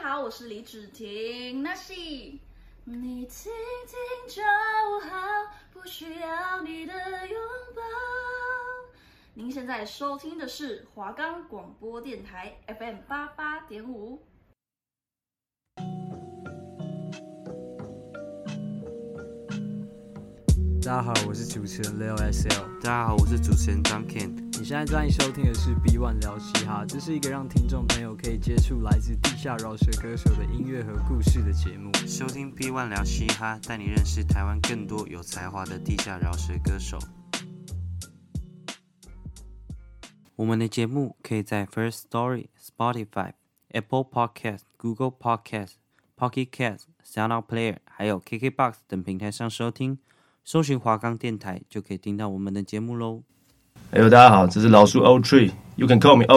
好，我是李芷婷，那是你听听就好，不需要你的拥抱。您现在收听的是华冈广播电台 FM 88.5。 大家好，我是主持人 Leo SL。 大家好，我是主持人 Duncan。 你现在在收听的是 B1 聊嘻哈，这是一个让听众朋友可以接触来自地下饶舌歌手的音乐和故事的节目。 收听 B1 聊嘻哈，带你认识台湾更多有才华的地下饶舌歌手。我们的节目可以在 First Story、Spotify、Apple Podcast、Google Podcast、Pocket Cast、SoundOut Player 还有 KKBOX 等平台上收听。搜寻华冈电台就可以听到我们的节目喽。 大家好，这是老树 Old Tree，You can call me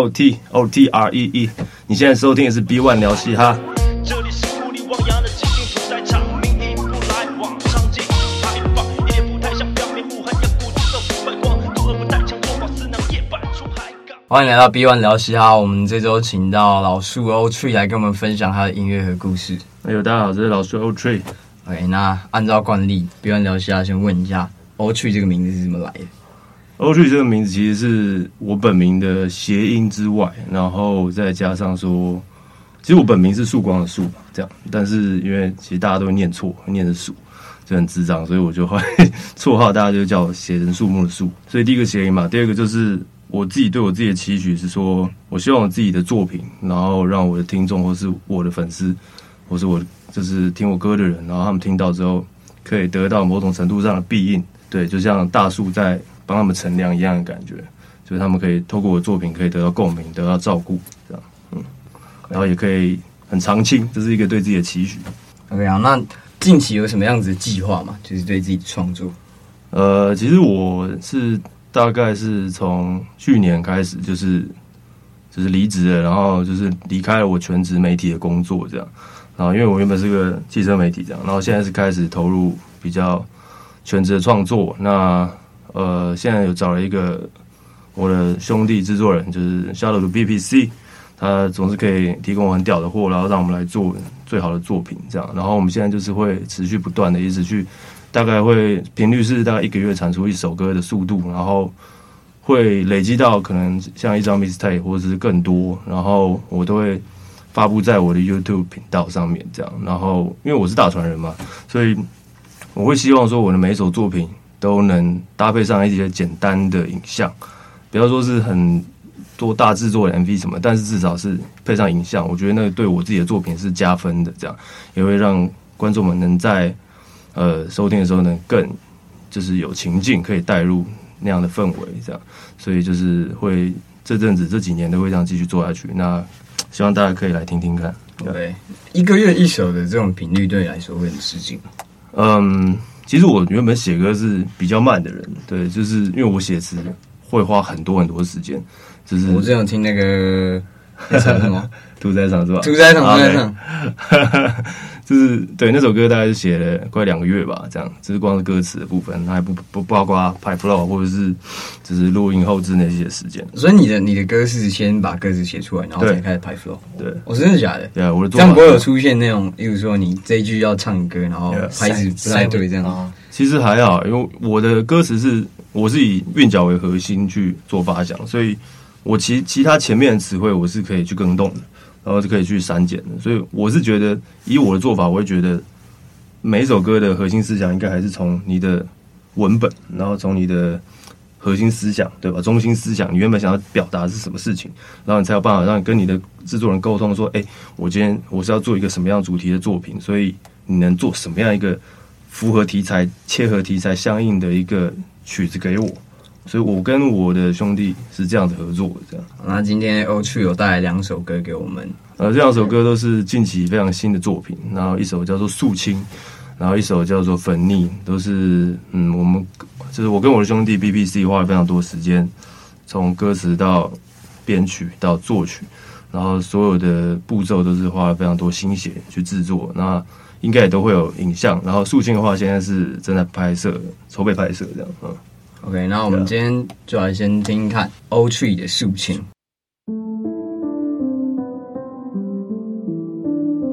OT，OTREE。你现在收听的是 B1 聊嘻哈。这里是孤立汪洋的即兴屠宰场，命一步来往，场景排放，一脸不太像表面武汉阳谷之色不败光，多而不带枪，做法思囊夜半出海港。 欢迎来到 B1 聊嘻哈，我们这周请到老树 Old Tree 来跟我们分享他的音乐和故事。 大家好，这是老树 Old Tree。OK， 那按照惯例 ，B1 聊嘻哈先问一下 Old Tree 这个名字是怎么来的 ？Old Tree 这个名字其实是我本名的谐音之外，然后再加上说，其实我本名是树光的树，这样，但是因为其实大家都会念错，念的树，就很智障，所以我就会绰号大家就叫我写成树木的树。所以第一个谐音嘛，第二个就是我自己对我自己的期许是说，我希望我自己的作品，然后让我的听众或是我的粉丝，或是我就是听我歌的人，然后他们听到之后可以得到某种程度上的庇应，对，就像大树在帮他们乘凉一样的感觉，就是他们可以透过我的作品可以得到共鸣，得到照顾，这样，然后也可以很长青，这是一个对自己的期许。 OK 啊，那近期有什么样子的计划嘛？就是对自己的创作。 其实我是大概是从去年开始，就是离职了，然后就是离开了我全职媒体的工作，这样。然后因为我原本是个汽车媒体这样，然后现在是开始投入比较全职的创作。那现在有找了一个我的兄弟制作人，就是 Shadow 的 BPC， 他总是可以提供我很屌的货，然后让我们来做最好的作品这样。然后我们现在就是会持续不断的一直去，大概会频率是大概1个月产出一首歌的速度，然后会累积到可能像一张 mixtape 或者是更多，然后我都会发布在我的 YouTube 频道上面，这样。然后因为我是大传人嘛，所以我会希望说我的每一首作品都能搭配上一些简单的影像，不要说是很多大制作的 MV 什么，但是至少是配上影像，我觉得那个对我自己的作品是加分的，这样也会让观众们能在收听的时候能更就是有情境可以带入那样的氛围，这样。所以就是会这阵子这几年都会这样继续做下去。那希望大家可以来听听看。 对，1个月1首的这种频率对你来说会很吃惊。 其实我原本写歌是比较慢的人，对，就是因为我写词会花很多时间。就是我之前有听那个那场什么屠宰场是吧？ 屠宰场， 就是对那首歌大概是写了快2个月吧，这样。只是光是歌词的部分，它还不包括排 flow 或者是就是录音后置那些时间。 所以你的歌是先把歌词写出来，然后才开始排 flow。对，真的假的？ 对啊，我的这样不会有出现那种，例如说你这一句要唱歌，然后拍子不太对这样。 其实还好，因为我的歌词我是以韵脚为核心去做发想，所以我其他前面的词汇我是可以去更动的，然后是可以去删减的。所以我是觉得，以我的做法，我会觉得每一首歌的核心思想应该还是从你的文本，然后从你的核心思想，对吧？中心思想，你原本想要表达的是什么事情，然后你才有办法让你跟你的制作人沟通说，我今天我是要做一个什么样主题的作品，所以你能做什么样一个符合题材、切合题材相应的一个曲子给我。所以我跟我的兄弟是这样子合作的，这样。 那今天 Old Tree 有带来2首歌给我们， 这2首歌都是近期非常新的作品，然后一首叫做《肃清》，然后一首叫做《粉腻》，都是我们就是我跟我的兄弟 BPC 花了非常多时间，从歌词到编曲到作曲，然后所有的步骤都是花了非常多心血去制作。那应该也都会有影像，然后《肃清》的话，现在是正在拍摄、筹备拍摄这样。 OK， 那我们今天就来先听听看 Old Tree 的《肃清》。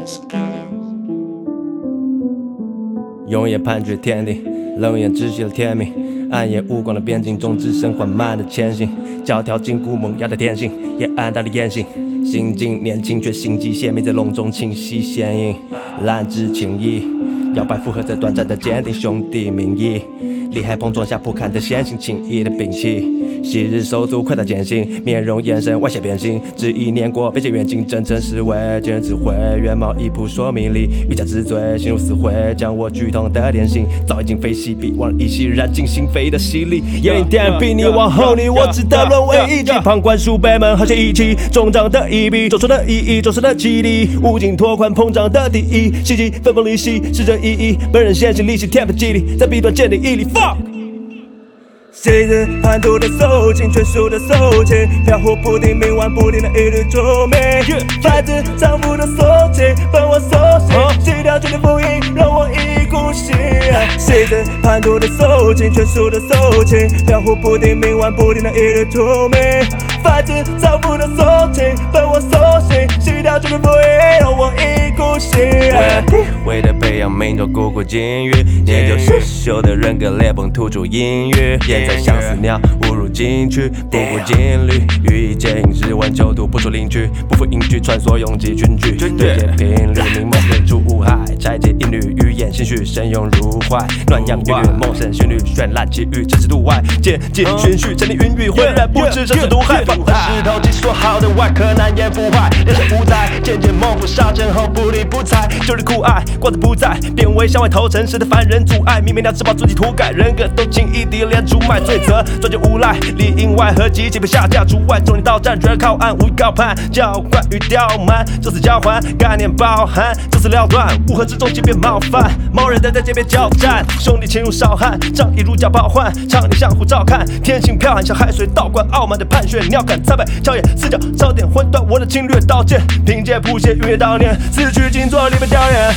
永远判决天地，冷眼窒息了天命，暗夜无光的边境中，只剩缓慢的前行，教条紧箍萌芽的天性，也暗淡的言行，心境年轻却心机鲜明，在笼中清晰显影，蓝之情谊，摇摆附和着短暂的坚定，兄弟名义，厉害碰撞下不堪的险性，轻易的摒弃。昔日手足快打艰辛，面容眼神外显变形，只一念过背井远近，真诚思维，见人智慧，原貌一铺说明理，欲加之罪，心如死灰，将我剧痛的典型，早已经非昔比，忘了一息燃尽心扉的洗礼。眼里点比你往后你，我只得沦为一击，旁观数辈们沆瀣一气，中章的一笔，走出的意义，走出的激励，无尽拓宽膨胀的第一，袭击分崩离析，是这意义，本人先行立起天赋激励，在彼端建立毅力 fuck。昔日叛徒的手劲，全数的手劲，飘忽不定，冥顽不灵的一缕烛明。发自丈夫的手劲，本我手心，洗掉全的福音，让我一意孤行。昔日叛徒的手劲，全数的手劲，飘忽不定，冥顽不灵的一缕烛明。发自丈夫的手劲，本我手心，洗掉全的福音，让我一意孤行。为了培养民众孤苦禁欲，研究世修的人格裂缝，突出隐喻。在相思鸟误入禁区，不顾禁律，予以接应日晚9度，不出邻居，不负邻居，穿梭拥挤群聚，对接频率，明梦人出雾海，拆解音律，语言心绪，神涌入怀，暖阳韵律，梦神旋律，绚烂奇遇，真实度外，渐进循序，沉溺云雨，浑然不知这是毒害，放大石头技说好的外壳难言腐坏，人生无灾，渐渐梦不杀阵后不理不睬，旧日酷爱挂着不在，变为向外投诚实的凡人阻碍，明明了只把自己涂改，人格都轻易地连出卖。罪责专就无赖，里应外合，集结被下架除外，重点到站，绝靠岸，无高攀，教官与刁蛮，这次交换概念包含，这次了断，乌合之众即便冒犯，某人在街边交战，兄弟情如少汉，仗义如假暴患，常年相互照看，天性剽悍像海水倒灌，傲慢的盘旋，鸟敢参拜，敲野四角早点魂断我的侵略刀剑，凭借谱写云野当年，此去静坐里面调研。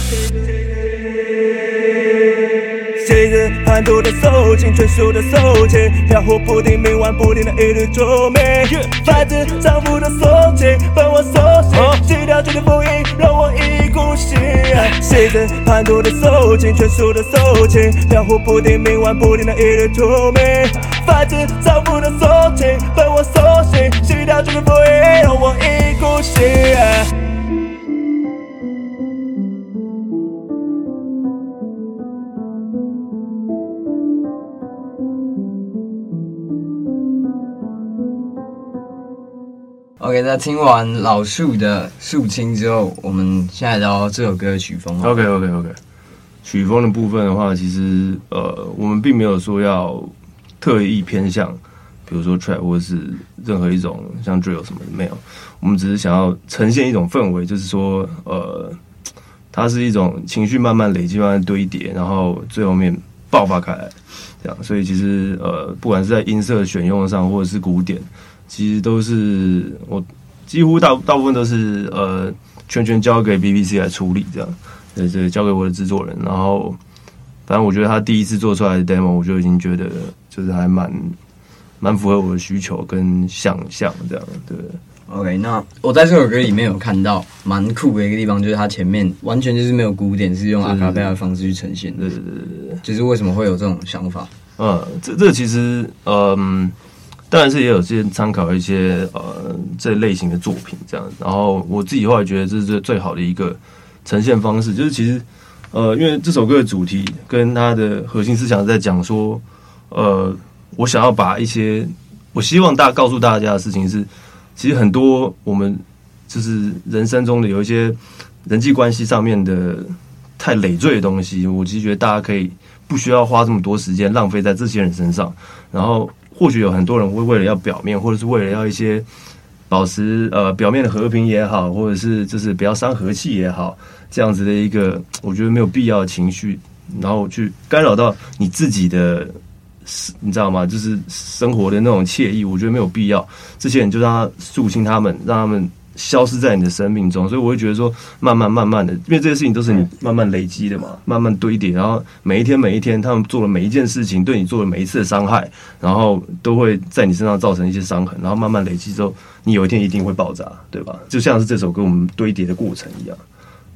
昔日叛徒的手劲，全数的手劲，飘忽不定，冥顽不灵的一缕烛明。发自丈夫的手劲，本我手心，洗掉全的福音，让我一意孤行。昔日叛徒的手劲，全数的手劲，飘忽不定，冥顽不灵的一缕烛明。发自丈夫的手劲，本我手心，洗掉全的福音，让我一意孤行。 OK， 那听完老树的肃清之后，我们现在聊这首歌的曲风。 OK， 曲风的部分的话，其实我们并没有说要特意偏向，比如说 trap 或者是任何一种像 drill 什么的，没有。我们只是想要呈现一种氛围，就是说它是一种情绪慢慢累积、慢慢堆叠，然后最后面爆发开来，这样。所以其实不管是在音色选用上，或者是鼓点。其实都是我几乎大部分都是全交给 BBC 来处理这样，对，交给我的制作人。然后反正我觉得他第一次做出来的 demo， 我就已经觉得就是还蛮符合我的需求跟想象这样，对。 OK， 那我在这首歌里面有看到蛮酷的一个地方，就是它前面完全就是没有鼓点，是用阿卡贝拉的方式去呈现的。对，就是为什么会有这种想法？ 这其实当然是也有些参考一些这类型的作品这样，然后我自己后来觉得这是最好的一个呈现方式，就是其实因为这首歌的主题跟它的核心思想在讲说，我想要把一些我希望告诉大家的事情是，其实很多我们就是人生中的有一些人际关系上面的太累赘的东西，我其实觉得大家可以不需要花这么多时间浪费在这些人身上，然后。或许有很多人会为了要表面，或者是为了要一些保持表面的和平也好，或者是就是不要伤和气也好，这样子的一个我觉得没有必要的情绪，然后去干扰到你自己的，你知道吗？就是生活的那种惬意，我觉得没有必要。这些人就让他肃清他们，让他们消失在你的生命中，所以我会觉得说，慢慢的，因为这些事情都是你慢慢累积的嘛，慢慢堆叠，然后每一天，他们做了每一件事情，对你做了每一次的伤害，然后都会在你身上造成一些伤痕，然后慢慢累积之后，你有一天一定会爆炸，对吧？就像是这首歌我们堆叠的过程一样，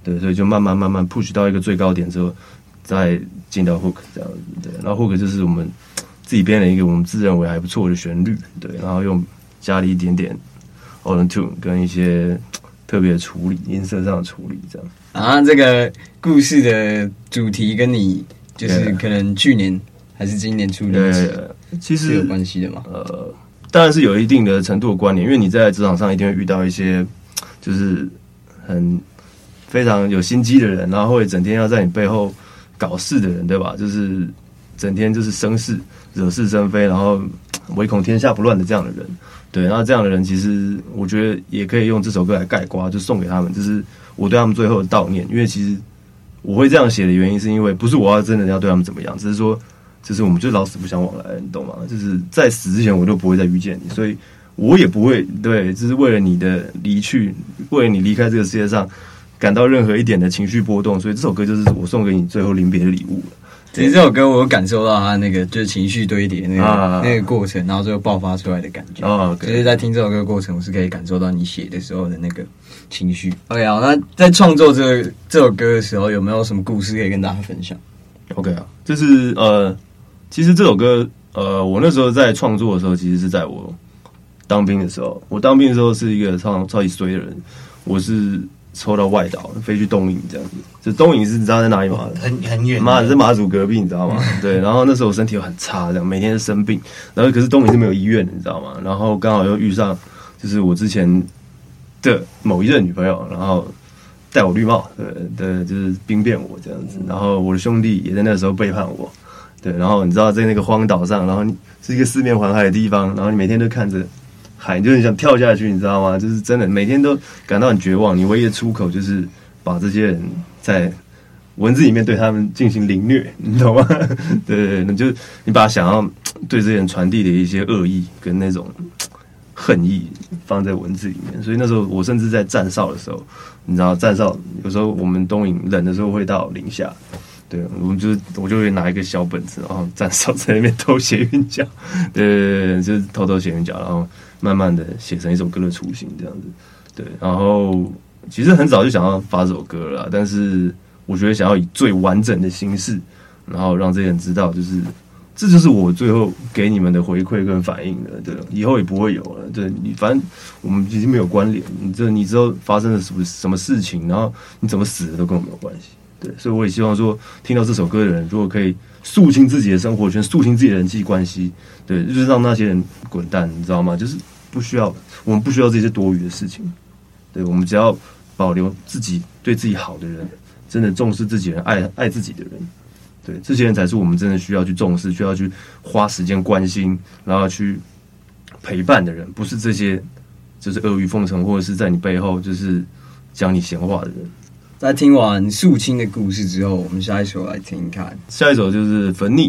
对，所以就慢慢 push 到一个最高点之后，再进到 hook 这样子，对，然后 hook 就是我们自己编了一个我们自认为还不错的旋律，对，然后用加了一点点 auto tune 跟一些特别的处理，音色上的处理这样。 啊，这个故事的主题跟你就是可能去年还是今年出的， 其实是有关系的嘛？ 当然是有一定的程度的关联，因为你在职场上一定会遇到一些就是非常有心机的人，然后会整天要在你背后搞事的人，对吧？就是整天就是生事、惹是生非，然后唯恐天下不乱的这样的人。对，然后这样的人其实我觉得也可以用这首歌来概括，就送给他们，就是我对他们最后的悼念。因为其实我会这样写的原因，是因为不是我要真的要对他们怎么样，只是说，就是我们就老死不相往来，你懂吗？就是在死之前我都不会再遇见你，所以我也不会对，就是为了你的离去，为了你离开这个世界上感到任何一点的情绪波动，所以这首歌就是我送给你最后临别的礼物了。 其实这首歌我有感受到他那个就是情绪堆叠那个过程，然后最后爆发出来的感觉。就是在听这首歌的过程，我是可以感受到你写的时候的那个情绪。OK 好，那在创作这首歌的时候，有没有什么故事可以跟大家分享 ？OK 啊，就是其实这首歌我那时候在创作的时候，其实是在我当兵的时候。我当兵的时候是一个超级衰的人，我是抽到外岛，飞去东引这样子。就东引是你知道在哪里吗？ 很远。 妈的，在马祖隔壁，你知道吗？对。然后那时候我身体又很差，这样每天都生病。然后可是东引是没有医院的，你知道吗？然后刚好又遇上就是我之前的某一任女朋友，然后戴我绿帽，对，就是兵变我这样子。然后我的兄弟也在那个时候背叛我，对。然后你知道在那个荒岛上，然后你是一个四面环海的地方，然后你每天都看着海，你就很想跳下去，你知道吗？就是真的每天都感到很绝望。你唯一的出口就是把这些人在文字里面对他们进行凌虐，你懂吗？对，那就你把想要对这些人传递的一些恶意跟那种恨意放在文字里面。所以那时候我甚至在站哨的时候，你知道站哨有时候我们东引冷的时候会到零下。对，我就会拿一个小本子，然后站哨在那边偷写韵脚，对，就是偷偷写韵脚，然后慢慢的写成一首歌的雏形这样子。对，然后其实很早就想要发这首歌了啦，但是我觉得想要以最完整的形式，然后让这些人知道，就是这就是我最后给你们的回馈跟反应了。对，以后也不会有了。对，你反正我们其实没有关联，你之后发生了什么事情，然后你怎么死的都跟我没有关系。对，所以我也希望说，听到这首歌的人，如果可以肃清自己的生活圈，肃清自己的人际关系，对，就是让那些人滚蛋，你知道吗？就是我们不需要这些多余的事情，对，我们只要保留自己对自己好的人，真的重视自己人，爱自己的人，对，这些人才是我们真的需要去重视，需要去花时间关心，然后去陪伴的人，不是这些就是阿谀奉承或者是在你背后就是讲你闲话的人。 在听完肃清的故事之后，我们下一首来听看。 下一首就是《粉腻》。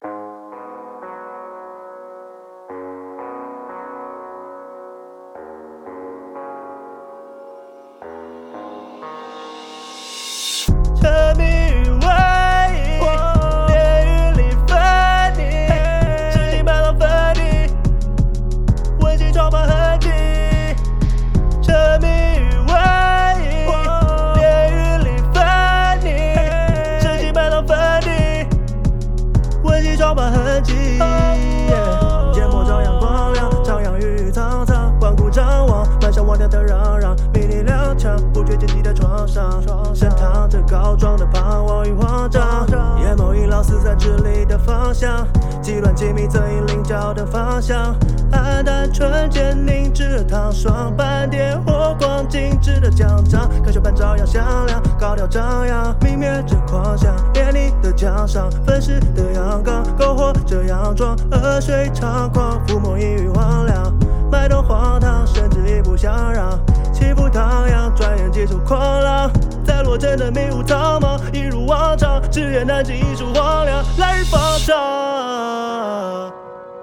沉迷于回忆，烈雨里分离，痴心摆到分离，温馨充满痕迹。沉迷于回忆，烈雨里分离，痴心摆到分离，温馨充满痕迹。淹没朝阳光亮，徜徉郁郁苍苍，环顾张望，满山忘掉的嚷嚷，迷离踉跄，不觉间击在床上，深躺着膏状的彷徨与慌张，眼眸已老死在智力的方向，极乱机密则引领脚的方向，暗淡纯洁凝滞的糖霜，斑点火光精致的奖章，科学般照耀响亮，高调张扬，泯灭着狂想，烈丽的奖赏，粉饰的阳刚，篝火着佯装，河水猖狂，覆没一隅荒凉，脉动荒唐，甚至亦不相让，起伏荡漾，转眼即出狂浪，在落针的迷雾苍茫，一如往常，只言难尽一束荒凉，来日方长。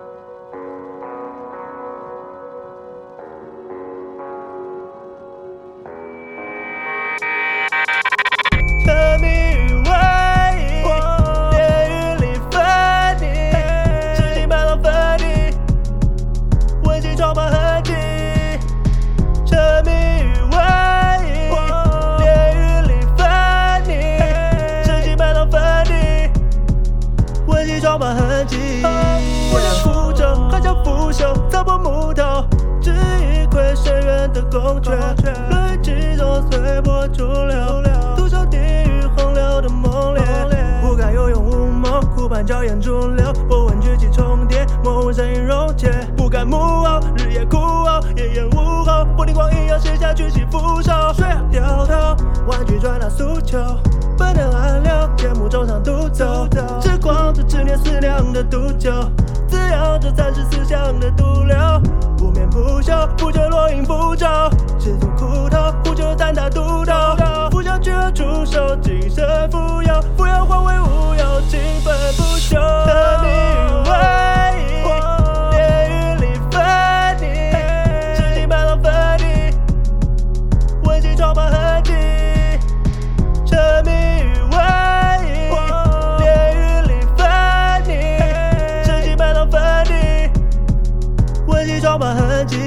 沉迷于回忆，烈雨里分离，痴心摆到分离，温馨充满痕迹。沉迷于回忆，烈雨里分宫阙，沦于其中随波逐流，独守地狱荒凉的梦烈，不该有勇无谋，苦盼娇艳逐流，波纹聚集重叠，模糊声音溶解，不敢幕后，日夜哭吼，夜宴午后，玻璃光一样写下举起扶手，水要掉头，婉拒转达诉求，本能暗流，节目中上独奏，执光着执念思量的毒酒，滋养着暂时思想的毒瘤，不眠不休，不觉落英不皱，赤足苦头，呼救胆大独斗，拂晓聚合出手，精神富有，不要换为无有，情分不休，沉迷于回忆，炼狱里分离，痴心白浪分离，温馨充满痕迹，沉迷于回忆，炼狱里分离，痴心白浪分离，温馨充满痕迹。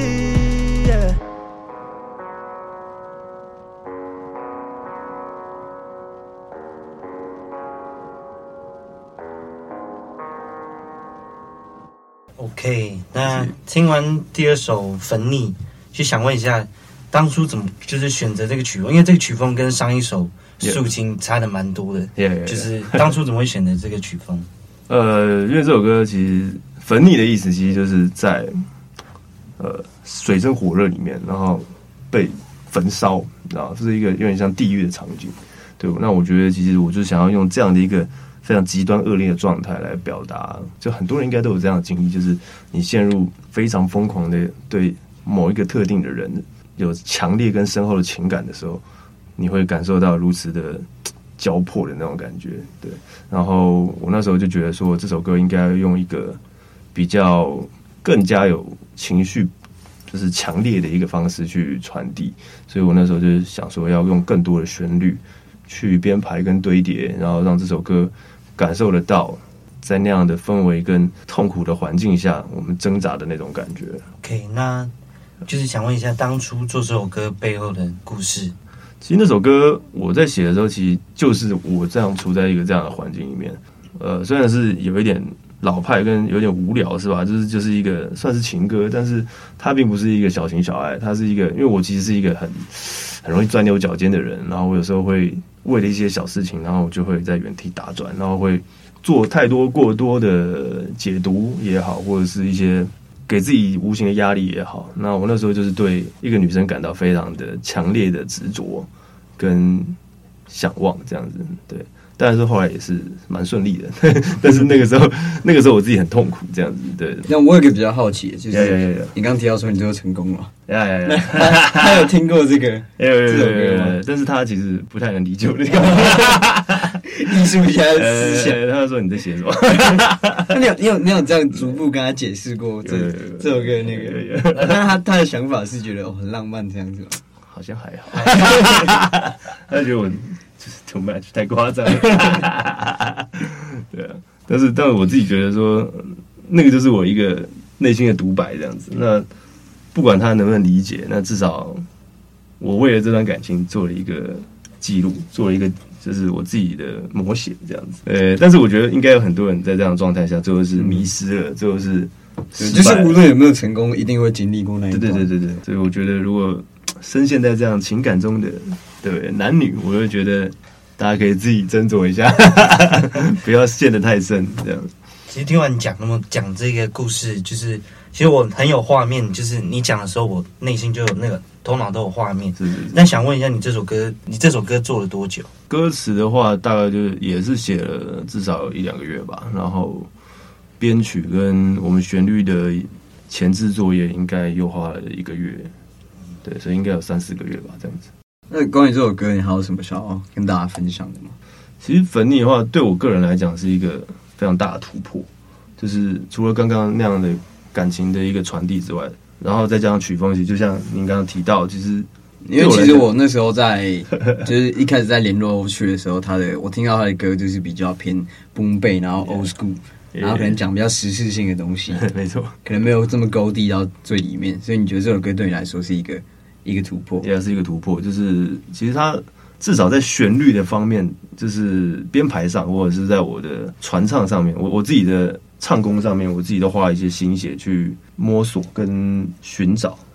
OK， 那听完第二首《粉你》，就想问一下，当初怎么就是选择这个曲风？因为这个曲风跟上一首《肃清》差的蛮多的，就是当初怎么会选择这个曲风？ 因为这首歌其实“粉你”的意思其实就是在水深火热里面，然后被焚烧，然后这是一个有点像地狱的场景。对，那我觉得其实我就想要用这样的一个非常极端恶劣的状态来表达，就很多人应该都有这样的经历，就是你陷入非常疯狂的对某一个特定的人有强烈跟深厚的情感的时候，你会感受到如此的交迫的那种感觉。对，然后我那时候就觉得说，这首歌应该用一个比较更加有情绪，就是强烈的一个方式去传递，所以我那时候就是想说，要用更多的旋律去编排跟堆叠，然后让这首歌感受得到在那样的氛围跟痛苦的环境下我们挣扎的那种感觉。 OK， 那就是想问一下当初做这首歌背后的故事。 其实那首歌我在写的时候，其实就是我这样处在一个这样的环境里面，虽然是有一点老派跟有点无聊是吧，就是一个算是情歌，但是它并不是一个小情小爱，它是一个，因为我其实是一个很容易钻牛角尖的人，然后我有时候会为了一些小事情，然后我就会在原地打转，然后会做太多过多的解读也好，或者是一些给自己无形的压力也好。那我那时候就是对一个女生感到非常的强烈的执着跟想望这样子。对，但是后来也是蛮顺利的，但是那个时候我自己很痛苦这样子。对， 那我有个比较好奇的，就是你刚提到说你最后成功了，他有听过这首歌吗？ 但是他其实不太能理解我的艺术家的思想。 他说你在写什么？ 那你有这样逐步跟他解释过这首歌那个？那他的想法是觉得很浪漫这样子吗？ 好像还好，他觉得我就是 too much 太夸张了。对啊，但是我自己觉得说，那个就是我一个内心的独白这样子。那不管他能不能理解，那至少我为了这段感情做了一个记录，做了一个就是我自己的摹写这样子。但是我觉得应该有很多人在这样的状态下，最后是迷失了，最后是就是无论有没有成功，一定会经历过那一段。 对。所以我觉得如果深陷在这样情感中的对男女，我会觉得大家可以自己斟酌一下，不要陷得太深这样。 其实听完你讲这个故事，就是其实我很有画面，就是你讲的时候，我内心就有那个头脑都有画面。是。那想问一下，你这首歌做了多久？ 歌词的话，大概就也是写了至少1-2个月吧，然后编曲跟我们旋律的前置作业应该又花了1个月。对，所以应该有3-4个月吧，这样子。 那关于这首歌，你还有什么想要跟大家分享的吗？ 其实粉你的话，对我个人来讲是一个非常大的突破，就是除了刚刚那样的感情的一个传递之外，然后再加上曲风，其实就像您刚刚提到，其实因为其实我那时候就是一开始在联络欧区的时候，我听到他的歌就是比较偏 boom bap， 然后 old school。然后可能讲比较时事性的东西， 没错， 可能没有这么勾地到最里面，所以你觉得这首歌对你来说是一个突破？ 也是一个突破，就是其实它至少在旋律的方面，就是编排上，或者是在我的传唱上面，我自己的唱功上面，我自己都花了一些心血去摸索跟寻找。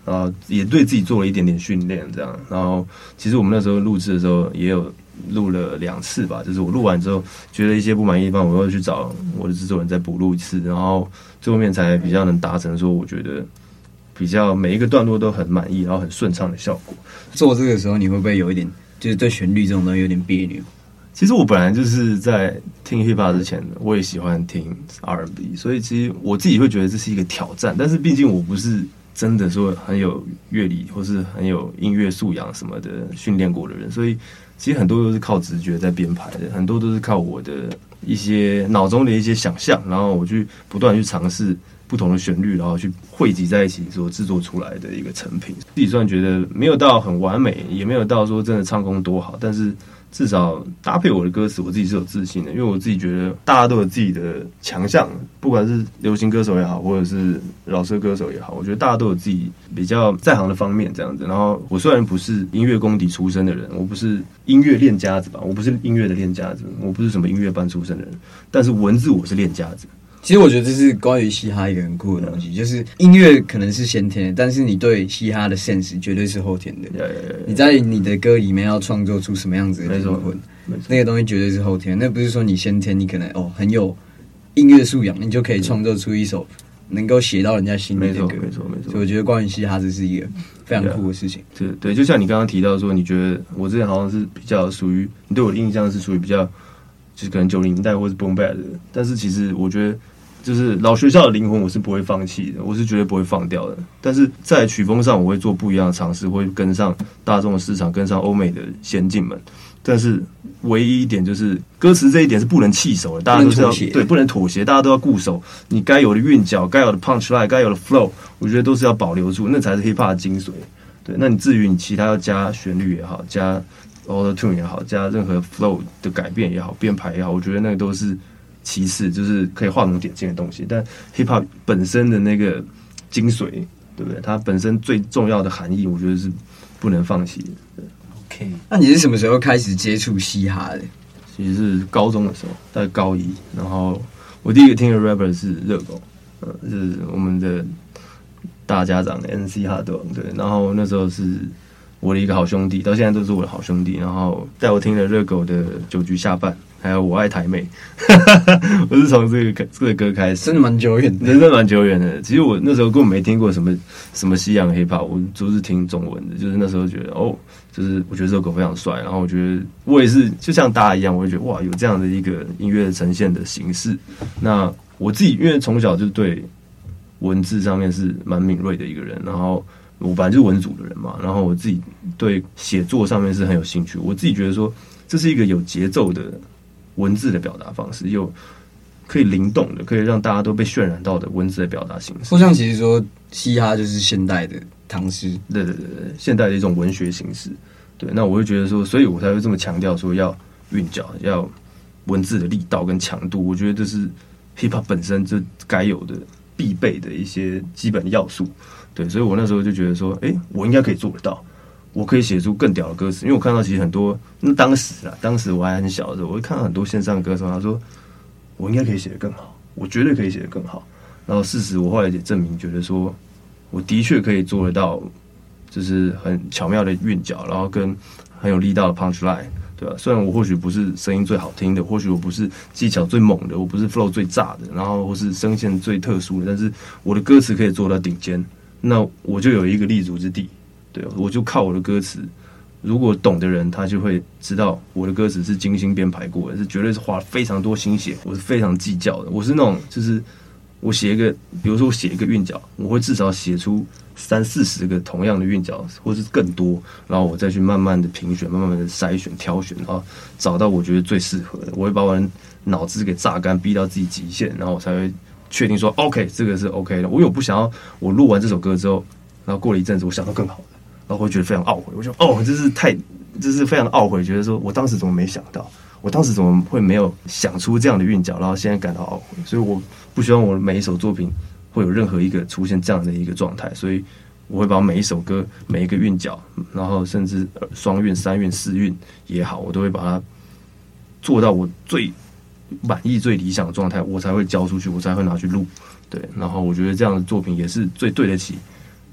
然后也对自己做了一点点训练，这样。然后其实我们那时候录制的时候也有录了2次吧，就是我录完之后觉得一些不满意的地方，我又去找我的制作人再补录一次，然后最后面才比较能达成说我觉得比较每一个段落都很满意，然后很顺畅的效果。 做这个时候你会不会有一点就是对旋律这种东西有点别扭？ 其实我本来就是在听 hip hop 之前，我也喜欢听 R&B， 所以其实我自己会觉得这是一个挑战。但是毕竟我不是真的说很有乐理或是很有音乐素养什么的训练过的人，所以其实很多都是靠直觉在编排的，很多都是靠我的一些脑中的一些想象，然后我去不断去尝试不同的旋律，然后去汇集在一起所制作出来的一个成品。自己虽然觉得没有到很完美，也没有到说真的唱功多好，但是至少搭配我的歌词，我自己是有自信的，因为我自己觉得大家都有自己的强项，不管是流行歌手也好，或者是饶舌歌手也好，我觉得大家都有自己比较在行的方面这样子。然后我虽然不是音乐功底出身的人，我不是音乐练家子吧，我不是音乐的练家子，我不是什么音乐班出身的人，但是文字我是练家子。 其实我觉得这是关于嘻哈一个很酷的东西，就是音乐可能是先天的，但是你对嘻哈的 sense 绝对是后天的。你在你的歌里面要创作出什么样子的灵魂，那个东西绝对是后天。那不是说你先天你可能很有音乐素养，你就可以创作出一首能够写到人家心里的歌。 没错。 所以我觉得关于嘻哈这是一个非常酷的事情。 对，就像你刚刚提到说，你觉得我之前好像是比较属于你对我的印象是属于比较就是可能90年代或是 boom bap 的，但是其实我觉得。就是老学校的灵魂，我是不会放弃的，我是绝对不会放掉的。但是在曲风上，我会做不一样的尝试，会跟上大众的市场，跟上欧美的先进们。但是唯一一点就是歌词这一点是不能弃守的，大家都是要对不能妥协，大家都要固守你该有的韵脚、该有的 punch line、该有的 flow， 我觉得都是要保留住，那才是 hip hop 的精髓。对，那你至于你其他要加旋律也好，加 auto tune 也好，加任何 flow 的改变也好，编排也好，我觉得那个都是。其次就是可以画龙点睛的东西，但 hip hop 本身的那个精髓，对不对？它本身最重要的含义，我觉得是不能放弃的。 OK， 那你是什么时候开始接触嘻哈的？ 其实是高中的时候，大概高1，然后我第一个听的 rapper 是热狗，就是我们的大家长 NC 哈德，对，然后那时候是我的一个好兄弟，到现在都是我的好兄弟，然后带我听了热狗的9局下半。还有我爱台妹，我是从这个歌开始， 真的蛮久远的， 真的蛮久远的。其实我那时候根本没听过什么西洋 hip hop， 我都是听中文的。就是那时候觉得就是我觉得这首歌非常帅，然后我觉得我也是就像大家一样，我会觉得哇，有这样的一个音乐呈现的形式。那我自己因为从小就对文字上面是蛮敏锐的一个人，然后我本来就是文组的人嘛，然后我自己对写作上面是很有兴趣。我自己觉得说这是一个有节奏的。文字的表达方式，又可以灵动的，可以让大家都被渲染到的文字的表达形式。 或像其实说，嘻哈就是现代的唐诗， 对，现代的一种文学形式。对，那我会觉得说，所以我才会这么强调说要韵脚，要文字的力道跟强度。我觉得这是 hip hop 本身就该有的必备的一些基本要素。对，所以我那时候就觉得说，我应该可以做得到。我可以写出更屌的歌词，因为我看到其实很多，当时我还很小的时候，我会看到很多线上的歌手，他说我应该可以写得更好，我绝对可以写得更好。然后事实我后来也证明，觉得说我的确可以做得到，就是很巧妙的韵脚，然后跟很有力道的 punch line， 对吧？虽然我或许不是声音最好听的，或许我不是技巧最猛的，我不是 flow 最炸的，然后或是声线最特殊的，但是我的歌词可以做到顶尖，那我就有一个立足之地。对，我就靠我的歌词，如果懂的人，他就会知道我的歌词是精心编排过的，是绝对是花了非常多心血，我是非常计较的。我是那种，就是我写一个，比如说我写一个韵脚，我会至少写出30-40个同样的韵脚，或是更多，然后我再去慢慢的评选，慢慢的筛选、挑选，然后找到我觉得最适合的。我会把我的脑子给榨干，逼到自己极限，然后我才会确定说 OK， 这个是 OK 的。我不想要我录完这首歌之后，然后过了一阵子，我想到更好的。然后会觉得非常懊悔，我就这是非常的懊悔，觉得说我当时怎么没想到，我当时怎么会没有想出这样的韵脚，然后现在感到懊悔，所以我不希望我每一首作品会有任何一个出现这样的一个状态，所以我会把每一首歌每一个韵脚，然后甚至双韵、3韵、4韵也好，我都会把它做到我最满意、最理想的状态，我才会交出去，我才会拿去录。对，然后我觉得这样的作品也是最对得起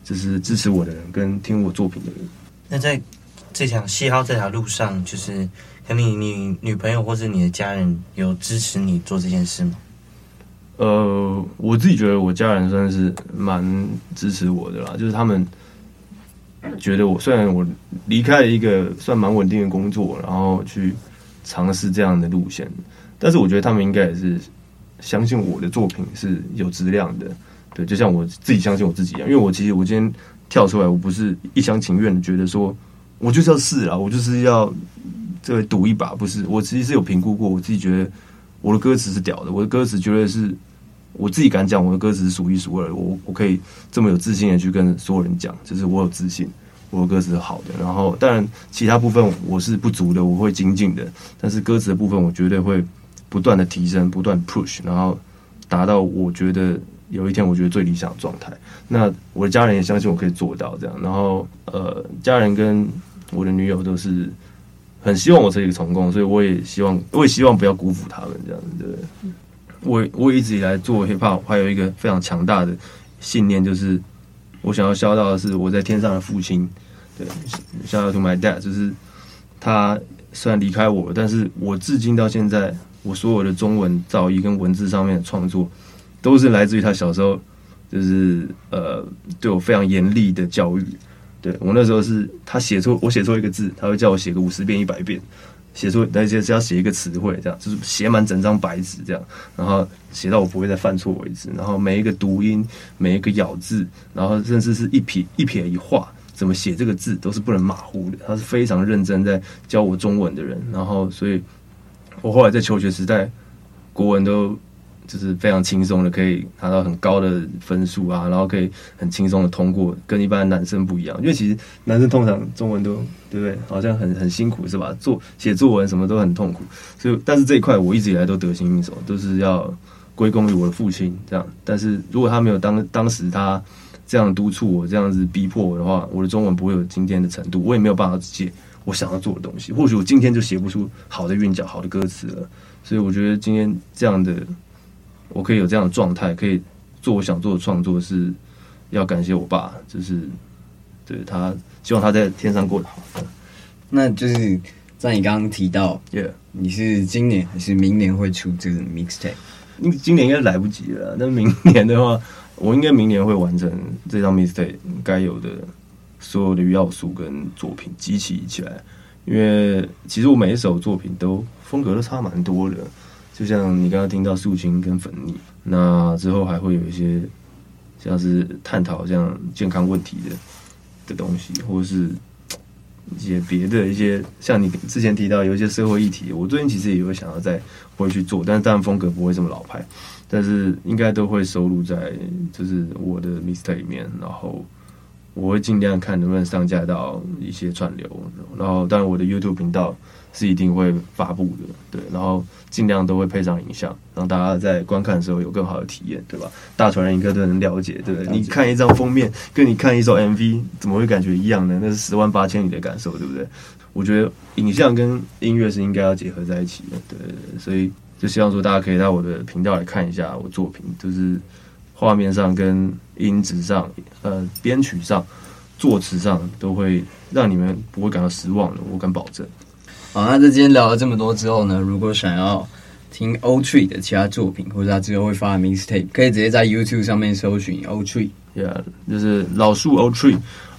就是支持我的人跟听我作品的人。 那在这条嘻哈这条路上，就是可能你女朋友或是你的家人有支持你做这件事吗？ 我自己觉得我家人算是蛮支持我的啦，就是他们觉得虽然我离开了一个算蛮稳定的工作，然后去尝试这样的路线，但是我觉得他们应该也是相信我的作品是有质量的，对，就像我自己相信我自己一样。因为我今天跳出来，我不是一厢情愿的觉得说我就是要试啦，我就是要这个赌一把，不是，我其实是有评估过，我自己觉得我的歌词是屌的，我的歌词绝对是我自己敢讲，我的歌词是数一数二的，我可以这么有自信的去跟所有人讲，就是我有自信，我的歌词是好的。然后当然其他部分我是不足的，我会精进的，但是歌词的部分我绝对会不断的提升，不断 push， 然后达到我觉得有一天我觉得最理想的状态。那我的家人也相信我可以做到这样，然后家人跟我的女友都是很希望我这个成功，所以我也希望不要辜负他们这样子。我一直以来做 hip hop 还有一个非常强大的信念，就是我想要shout out的是我在天上的父亲，对，shout out to my dad， 就是他虽然离开我，但是我至今到现在，我所有的中文造诣跟文字上面的创作，都是来自于他小时候，就是对我非常严厉的教育。对，我那时候是他我写错一个字，他会叫我写个50遍100遍，写错那些只要写一个词汇，这样就是写满整张白纸这样，然后写到我不会再犯错为止。然后每一个读音，每一个咬字，然后甚至是一撇一画，怎么写这个字都是不能马虎的。他是非常认真在教我中文的人。然后，所以我后来在求学时代，国文都就是非常轻松的可以拿到很高的分数啊，然后可以很轻松的通过，跟一般的男生不一样。因为其实男生通常中文都对不对，好像很辛苦是吧？写作文什么都很痛苦，所以但是这一块我一直以来都得心应手，都是要归功于我的父亲这样。但是如果他没有当时他这样督促我，这样子逼迫我的话，我的中文不会有今天的程度，我也没有办法写我想要做的东西。或许我今天就写不出好的韵脚、好的歌词了。所以我觉得今天这样的。我可以有这样的状态，可以做我想做的创作，是要感谢我爸，就是对他，希望他在天上过得好。 那就是在你刚刚提到， yeah， 你是今年还是明年会出这个 mixtape？ 今年应该来不及了，但明年的话，我应该明年会完成这张 mixtape 该有的所有的要素跟作品集齐起来。因为其实我每一首作品都风格都差蛮多的。就像你刚刚听到素清跟粉泥，那之后还会有一些像是探讨这样健康问题的东西，或者是一些别的一些像你之前提到有一些社会议题，我最近其实也有想要再回去做，但是当然风格不会这么老派，但是应该都会收录在就是我的 mixtape 里面，然后我会尽量看能不能上架到一些串流，然后当然我的 YouTube 频道是一定会发布的，对，然后尽量都会配上影像，让大家在观看的时候有更好的体验，对吧？大传人应该都能了解，对不对？你看一张封面，跟你看一首 MV， 怎么会感觉一样呢？那是10万8千里的感受，对不对？我觉得影像跟音乐是应该要结合在一起的，对，所以就希望说大家可以到我的频道来看一下我作品，就是画面上跟音质上、编曲上、作词上都会让你们不会感到失望的，我敢保证。 好，那在今天聊了这么多之后呢，如果想要听 O-Tree 的其他作品，或者他之后会发的 mixtape， 可以直接在 YouTube 上面搜寻 O-Tree， 就是老树 O-Tree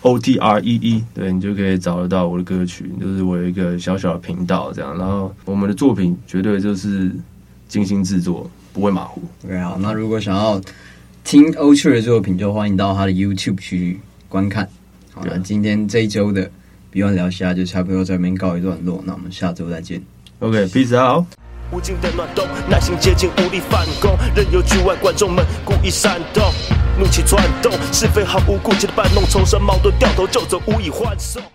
OTREE， 对，你就可以找得到我的歌曲。就是我有一个小小的频道这样，然后我们的作品绝对就是精心制作，不会马虎。 OK， 好，那如果想要听 O-Tree 的作品，就欢迎到他的 YouTube 去观看。好，那今天这一周的B1聊嘻哈就差不多在这边告一段落，那我们下周再见。 OK，peace out。 无尽的暖冬，耐心接近，无力反攻，任由局外观众们故意煽动，怒气窜动，是非毫无顾忌的摆弄，重生矛盾，掉头就走，无以还手。